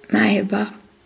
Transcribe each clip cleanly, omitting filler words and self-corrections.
Merhaba.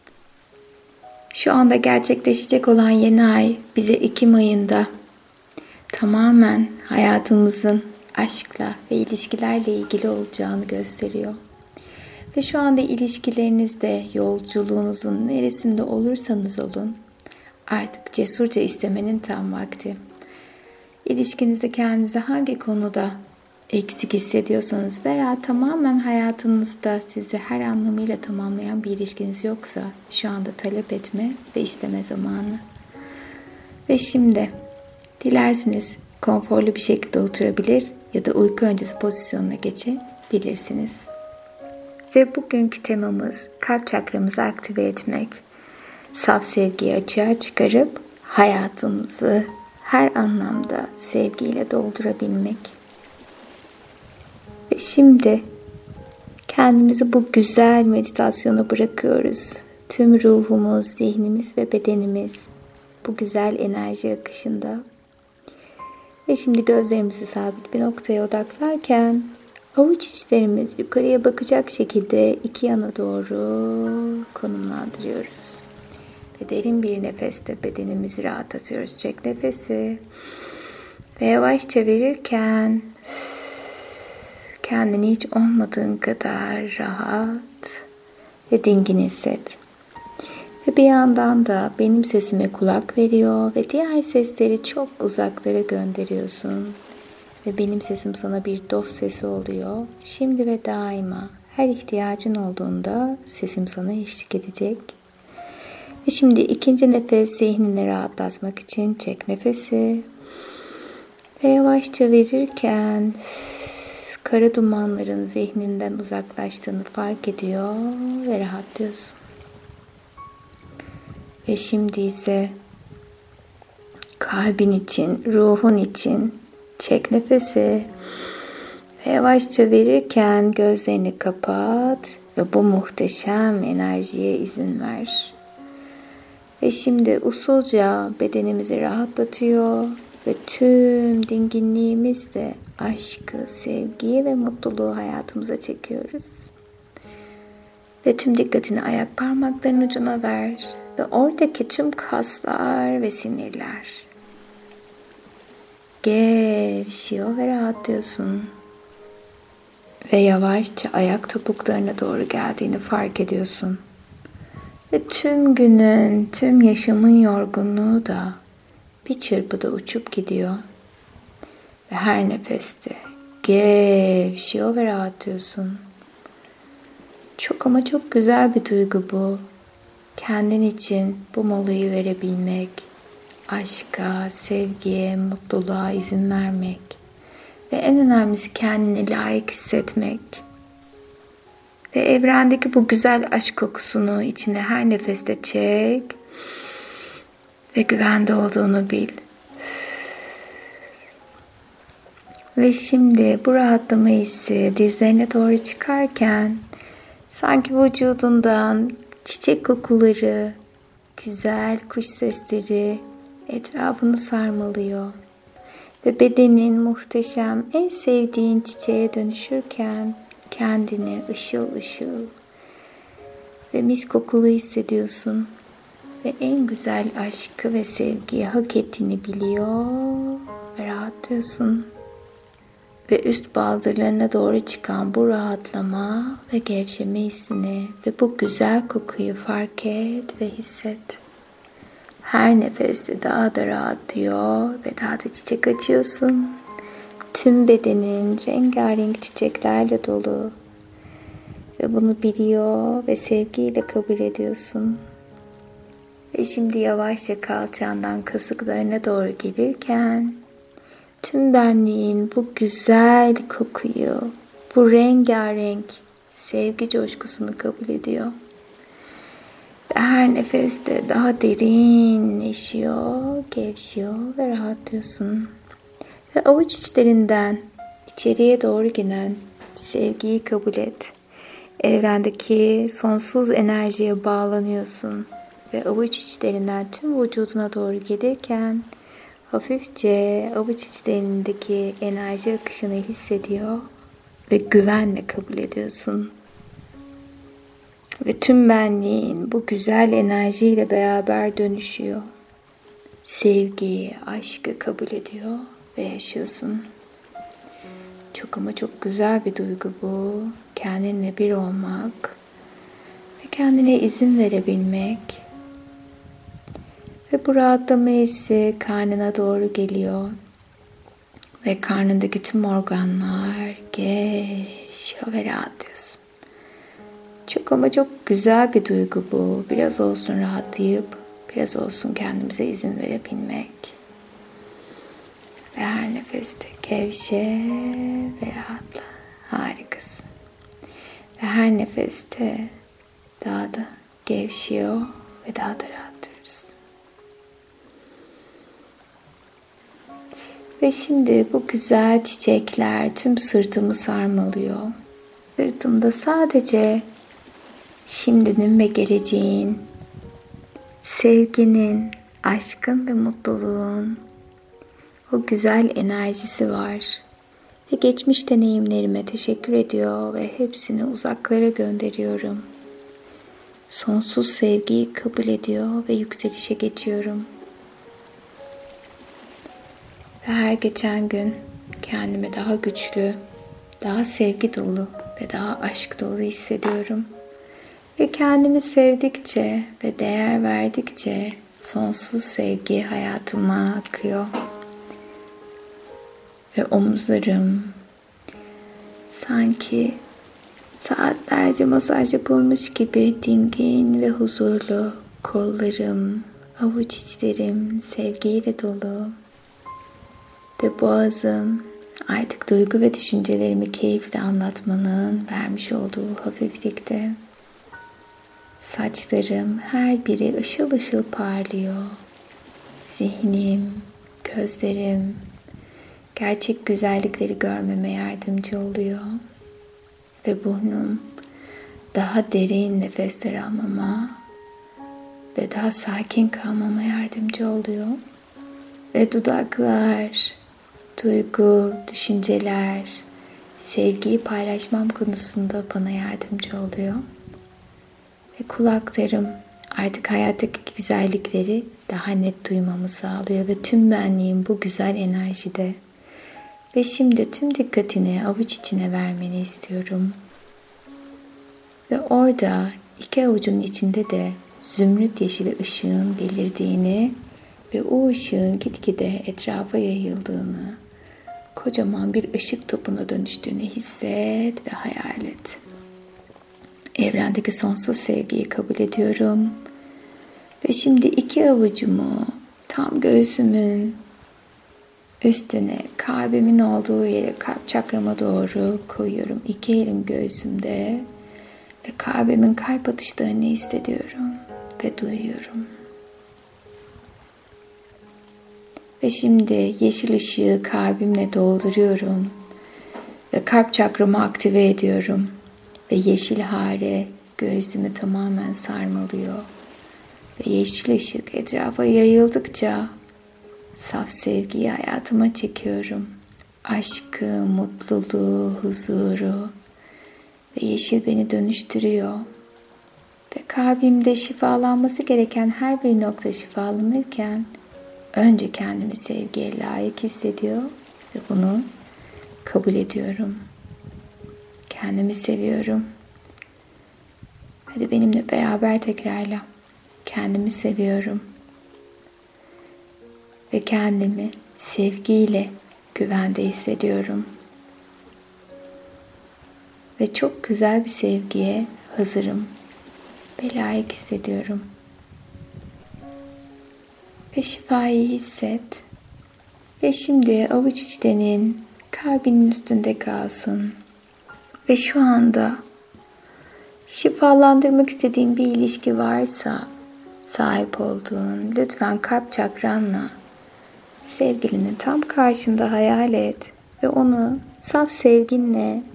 Şu anda gerçekleşecek olan yeni ay bize Ekim ayında tamamen hayatımızın aşkla ve ilişkilerle ilgili olacağını gösteriyor. Ve şu anda ilişkilerinizde, yolculuğunuzun neresinde olursanız olun, artık cesurca istemenin tam vakti. İlişkinizde kendinizi hangi konuda eksik hissediyorsanız veya tamamen hayatınızda sizi her anlamıyla tamamlayan bir ilişkiniz yoksa şu anda talep etme ve isteme zamanı. Ve şimdi dilerseniz konforlu bir şekilde oturabilir ya da uyku öncesi pozisyonuna geçebilirsiniz. Ve bugünkü temamız kalp çakramızı aktive etmek. Saf sevgiyi açığa çıkarıp hayatımızı her anlamda sevgiyle doldurabilmek. Ve şimdi kendimizi bu güzel meditasyona bırakıyoruz. Tüm ruhumuz, zihnimiz ve bedenimiz bu güzel enerji akışında. Ve şimdi gözlerimizi sabit bir noktaya odaklarken avuç içlerimiz yukarıya bakacak şekilde iki yana doğru konumlandırıyoruz. Ve derin bir nefeste bedenimizi rahatlatıyoruz. Çek nefesi. Ve yavaşça verirken kendini hiç olmadığın kadar rahat ve dingin hisset. Ve bir yandan da benim sesime kulak veriyor ve diğer sesleri çok uzaklara gönderiyorsun. Ve benim sesim sana bir dost sesi oluyor. Şimdi ve daima her ihtiyacın olduğunda sesim sana eşlik edecek. Ve şimdi ikinci nefes zihnini rahatlatmak için çek nefesi. Ve yavaşça verirken kara dumanların zihninden uzaklaştığını fark ediyor ve rahatlıyorsun. Ve şimdi ise kalbin için, ruhun için çek nefesi ve yavaşça verirken gözlerini kapat ve bu muhteşem enerjiye izin ver. Ve şimdi usulca bedenimizi rahatlatıyor ve tüm dinginliğimizle aşkı, sevgiyi ve mutluluğu hayatımıza çekiyoruz. Ve tüm dikkatini ayak parmaklarının ucuna ver ve oradaki tüm kaslar ve sinirler gevşiyor ve rahatlıyorsun. Ve yavaşça ayak topuklarına doğru geldiğini fark ediyorsun. Ve tüm günün, tüm yaşamın yorgunluğu da bir çırpıda uçup gidiyor. Ve her nefeste gevşiyor ve rahatlıyorsun. Çok ama çok güzel bir duygu bu. Kendin için bu molayı verebilmek, aşka, sevgiye, mutluluğa izin vermek ve en önemlisi kendini layık hissetmek. Ve evrendeki bu güzel aşk kokusunu içine her nefeste çek ve güvende olduğunu bil. Ve şimdi bu rahatlama hissi dizlerine doğru çıkarken sanki vücudundan çiçek kokuları, güzel kuş sesleri etrafını sarmalıyor. Ve bedenin muhteşem, en sevdiğin çiçeğe dönüşürken kendini ışıl ışıl ve mis kokulu hissediyorsun. Ve en güzel aşkı ve sevgiyi hak ettiğini biliyor ve rahatlıyorsun. Ve üst baldırlarına doğru çıkan bu rahatlama ve gevşeme hissini ve bu güzel kokuyu fark et ve hisset. Her nefeste daha da rahatlıyor ve daha da çiçek açıyorsun. Tüm bedenin rengarenk çiçeklerle dolu. Ve bunu biliyor ve sevgiyle kabul ediyorsun. Ve şimdi yavaşça kalçandan kasıklarına doğru gelirken tüm benliğin bu güzel kokuyu, bu rengarenk sevgi coşkusunu kabul ediyor. Ve her nefeste daha derinleşiyor, gevşiyor ve rahatlıyorsun. Ve avuç içlerinden içeriye doğru giden sevgiyi kabul et. Evrendeki sonsuz enerjiye bağlanıyorsun. Ve avuç içlerinden tüm vücuduna doğru gelirken hafifçe avuç içlerindeki enerji akışını hissediyor ve güvenle kabul ediyorsun. Ve tüm benliğin bu güzel enerjiyle beraber dönüşüyor. Sevgiyi, aşkı kabul ediyor ve yaşıyorsun. Çok ama çok güzel bir duygu bu. Kendinle bir olmak ve kendine izin verebilmek. Ve bu rahatlama hissi karnına doğru geliyor. Ve karnındaki tüm organlar gevşiyor ve rahatlıyorsun. Çok ama çok güzel bir duygu bu. Biraz olsun rahatlayıp, biraz olsun kendimize izin verebilmek. Ve her nefeste gevşe ve rahatla. Harikasın. Ve her nefeste daha da gevşiyor ve daha da rahatlıyoruz. Ve şimdi bu güzel çiçekler tüm sırtımı sarmalıyor. Sırtımda sadece şimdinin ve geleceğin, sevginin, aşkın ve mutluluğun o güzel enerjisi var. Ve geçmiş deneyimlerime teşekkür ediyor ve hepsini uzaklara gönderiyorum. Sonsuz sevgiyi kabul ediyor ve yükselişe geçiyorum. Ve her geçen gün kendimi daha güçlü, daha sevgi dolu ve daha aşk dolu hissediyorum. Ve kendimi sevdikçe ve değer verdikçe sonsuz sevgi hayatıma akıyor. Ve omuzlarım sanki saatlerce masaj yapılmış gibi dingin ve huzurlu. Kollarım, avuç içlerim sevgiyle dolu. Ve boğazım artık duygu ve düşüncelerimi keyifle anlatmanın vermiş olduğu hafiflikte. Saçlarım her biri ışıl ışıl parlıyor. Zihnim, gözlerim gerçek güzellikleri görmeme yardımcı oluyor. Ve burnum daha derin nefesler almama ve daha sakin kalmama yardımcı oluyor. Ve dudaklar, duygu, düşünceler, sevgiyi paylaşmam konusunda bana yardımcı oluyor. Ve kulaklarım artık hayattaki güzellikleri daha net duymamı sağlıyor ve tüm benliğim bu güzel enerjide. Ve şimdi tüm dikkatini avuç içine vermeni istiyorum. Ve orada iki avucun içinde de zümrüt yeşili ışığın belirdiğini ve o ışığın gitgide etrafa yayıldığını, kocaman bir ışık topuna dönüştüğünü hisset ve hayal et. Evrendeki sonsuz sevgiyi kabul ediyorum. Ve şimdi iki avucumu tam göğsümün üstüne, kalbimin olduğu yere, kalp çakrama doğru koyuyorum. İki elim göğsümde ve kalbimin kalp atışlarını hissediyorum ve duyuyorum. Ve şimdi yeşil ışığı kalbimle dolduruyorum ve kalp çakramı aktive ediyorum. Ve yeşil hare göğsümü tamamen sarmalıyor. Ve yeşil ışık etrafa yayıldıkça saf sevgiyi hayatıma çekiyorum. Aşkı, mutluluğu, huzuru ve yeşil beni dönüştürüyor. Ve kalbimde şifalanması gereken her bir nokta şifalanırken önce kendimi sevgiye layık hissediyor ve bunu kabul ediyorum. Kendimi seviyorum. Hadi benimle beraber tekrarla. Kendimi seviyorum. Ve kendimi sevgiyle güvende hissediyorum. Ve çok güzel bir sevgiye hazırım. Ve layık hissediyorum. Ve şifayı hisset. Ve şimdi avuç içlerinin kalbinin üstünde kalsın. Ve şu anda şifalandırmak istediğin bir ilişki varsa sahip olduğun, lütfen kalp çakranla sevgilini tam karşında hayal et ve onu saf sevginle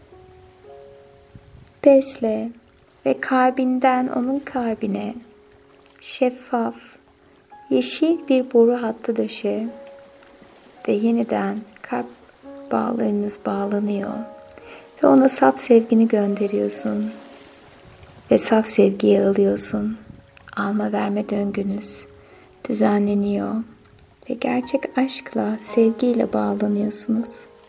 besle ve kalbinden onun kalbine şeffaf, yeşil bir boru hattı döşe ve yeniden kalp bağlarınız bağlanıyor ve ona saf sevgini gönderiyorsun. ve saf sevgiyi alıyorsun. Alma verme döngünüz düzenleniyor ve gerçek aşkla, sevgiyle bağlanıyorsunuz.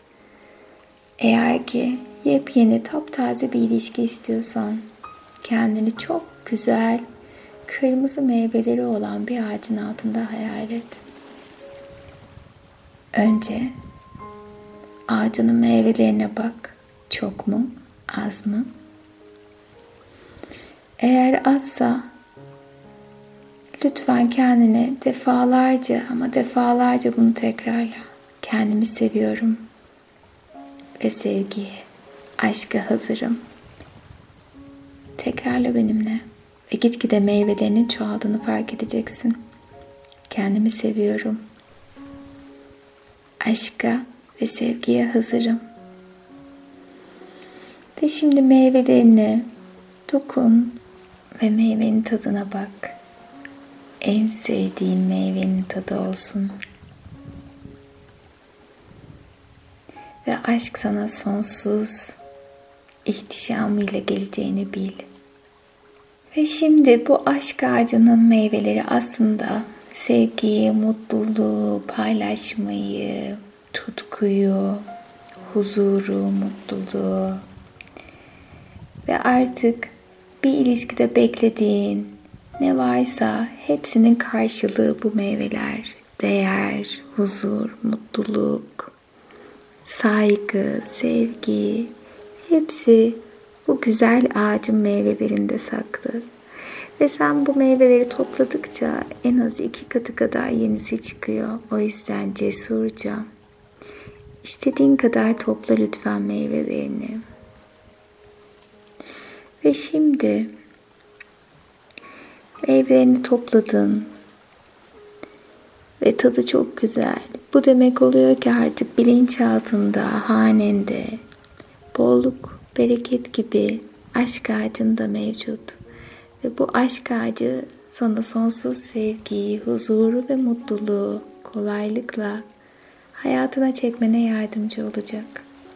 Eğer ki yepyeni, taptaze bir ilişki istiyorsan, kendini çok güzel, kırmızı meyveleri olan bir ağacın altında hayal et. Önce ağacının meyvelerine bak. Çok mu? Az mı? Eğer azsa lütfen kendine defalarca bunu tekrarla. Kendimi seviyorum ve sevgiye, aşka hazırım. Tekrarla benimle ve gitgide meyvelerinin çoğaldığını fark edeceksin. Kendimi seviyorum. Aşka ve sevgiye hazırım. Ve şimdi meyvelerine dokun ve meyvenin tadına bak. En sevdiğin meyvenin tadı olsun. Ve aşk sana sonsuz ihtişamıyla geleceğini bil. Ve şimdi bu aşk ağacının meyveleri aslında sevgiyi, mutluluğu, paylaşmayı, tutkuyu, huzuru, mutluluğu ve artık bir ilişkide beklediğin ne varsa hepsinin karşılığı bu meyveler. Değer, huzur, mutluluk, saygı, sevgi, hepsi bu güzel ağacın meyvelerinde saklı. Ve sen bu meyveleri topladıkça en az 2 katı kadar yenisi çıkıyor. O yüzden cesurca, istediğin kadar topla lütfen meyvelerini. Ve şimdi meyvelerini topladın ve tadı çok güzel. Bu demek oluyor ki artık bilinçaltında, hanende bolluk, bereket gibi aşk ağacında mevcut. Ve bu aşk ağacı sana sonsuz sevgiyi, huzuru ve mutluluğu kolaylıkla hayatına çekmene yardımcı olacak.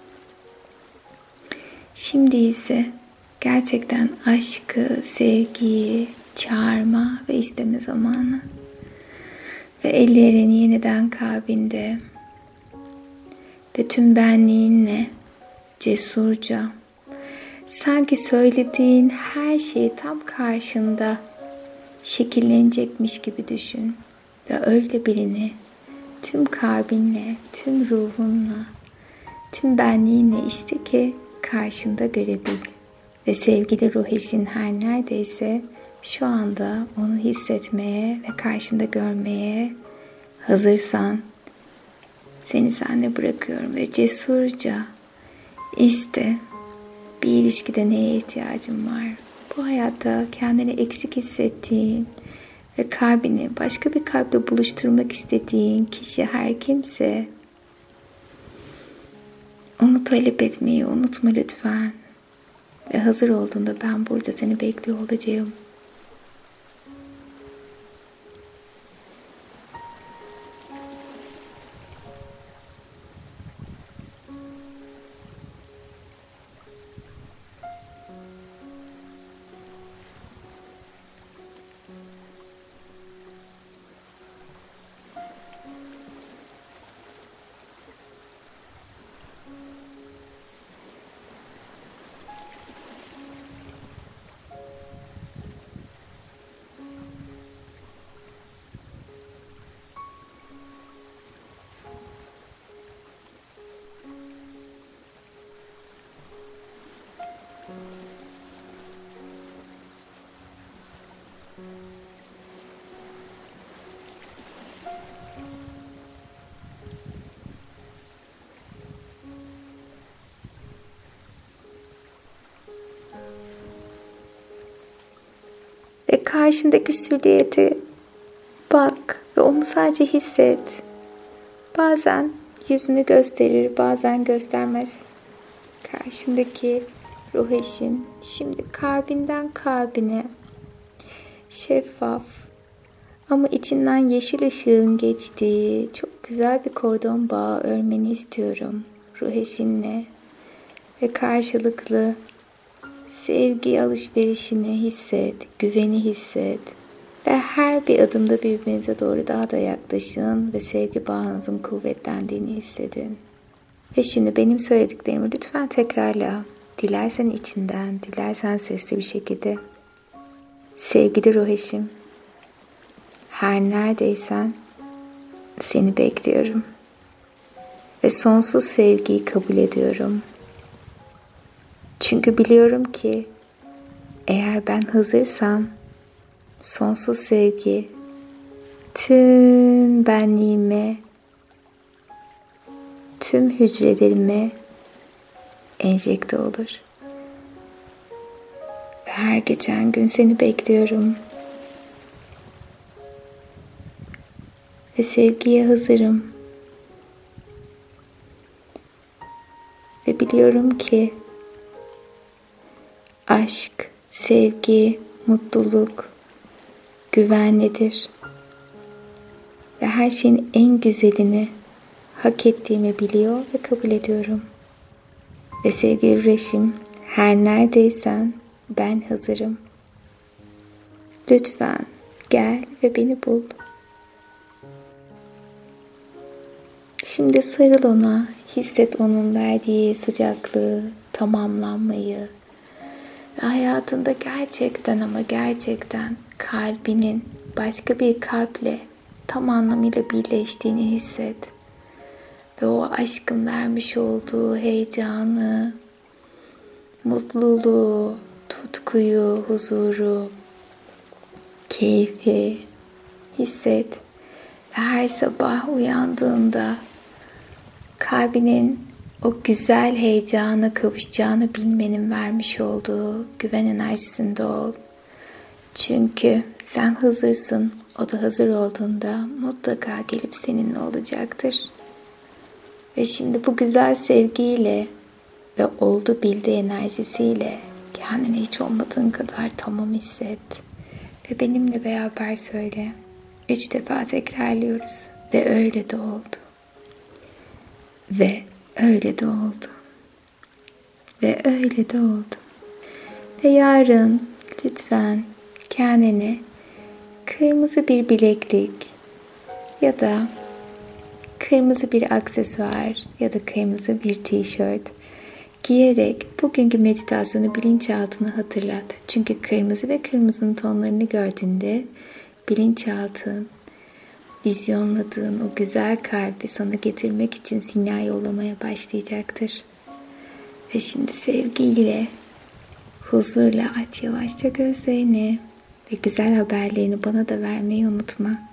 Şimdi ise gerçekten aşkı, sevgiyi çağırma ve isteme zamanı. Ve ellerini yeniden kalbinde ve tüm benliğinle cesurca, sanki söylediğin her şey tam karşında şekillenecekmiş gibi düşün. Ve öyle birini tüm kalbinle, tüm ruhunla, tüm benliğinle iste ki karşında görebil. Ve sevgili ruh eşin her neredeyse şu anda onu hissetmeye ve karşında görmeye hazırsan seni seninle bırakıyorum ve cesurca iste. Bir ilişkide neye ihtiyacın var? Bu hayatta kendini eksik hissettiğin ve kalbini başka bir kalple buluşturmak istediğin kişi her kimse onu talep etmeyi unutma lütfen. Ve hazır olduğunda ben burada seni bekliyor olacağım. Ve karşındaki silüete bak ve onu sadece hisset. Bazen yüzünü gösterir, bazen göstermez. Karşındaki ruh eşin şimdi kalbinden kalbine şeffaf ama içinden yeşil ışığın geçtiği çok güzel bir kordon bağı örmeni istiyorum ruh eşinle ve karşılıklı sevgi alışverişini hisset, güveni hisset. Ve her bir adımda birbirinize doğru daha da yaklaşın ve sevgi bağınızın kuvvetlendiğini hissedin. Ve şimdi benim söylediklerimi lütfen tekrarla. Dilersen içinden, dilersen sesli bir şekilde. Sevgili ruh eşim, her neredeysen seni bekliyorum. Ve sonsuz sevgiyi kabul ediyorum. Çünkü biliyorum ki eğer ben hazırsam sonsuz sevgi tüm benliğime, tüm hücrelerime enjekte olur. Ve her geçen gün seni bekliyorum. Ve sevgiye hazırım. Ve biliyorum ki aşk, sevgi, mutluluk güvenlidir. Ve her şeyin en güzelini hak ettiğimi biliyor ve kabul ediyorum. Ve sevgili Reşim, her neredeysen ben hazırım. Lütfen gel ve beni bul. Şimdi sarıl ona, hisset onun verdiği sıcaklığı, tamamlanmayı. Ve hayatında gerçekten ama gerçekten kalbinin başka bir kalple tam anlamıyla birleştiğini hisset. Ve o aşkın vermiş olduğu heyecanı, mutluluğu, tutkuyu, huzuru, keyfi hisset. Ve her sabah uyandığında kalbinin o güzel heyecana kavuşacağını bilmenin vermiş olduğu güven enerjisinde ol. Çünkü sen hazırsın, o da hazır olduğunda mutlaka gelip seninle olacaktır. Ve şimdi bu güzel sevgiyle ve oldu bildi enerjisiyle kendini hiç olmadığın kadar tamam hisset. Ve benimle beraber söyle. 3 defa tekrarlıyoruz. Ve öyle de oldu. Ve öyle de oldu. Ve öyle de oldu. Ve yarın lütfen kendini kırmızı bir bileklik ya da kırmızı bir aksesuar ya da kırmızı bir tişört giyerek bugünkü meditasyonu bilinçaltına hatırlat. Çünkü kırmızı ve kırmızının tonlarını gördüğünde bilinçaltın vizyonladığın o güzel kalbi sana getirmek için sinyal yollamaya başlayacaktır. Ve şimdi sevgiyle, huzurla aç yavaşça gözlerini ve güzel haberlerini bana da vermeyi unutma.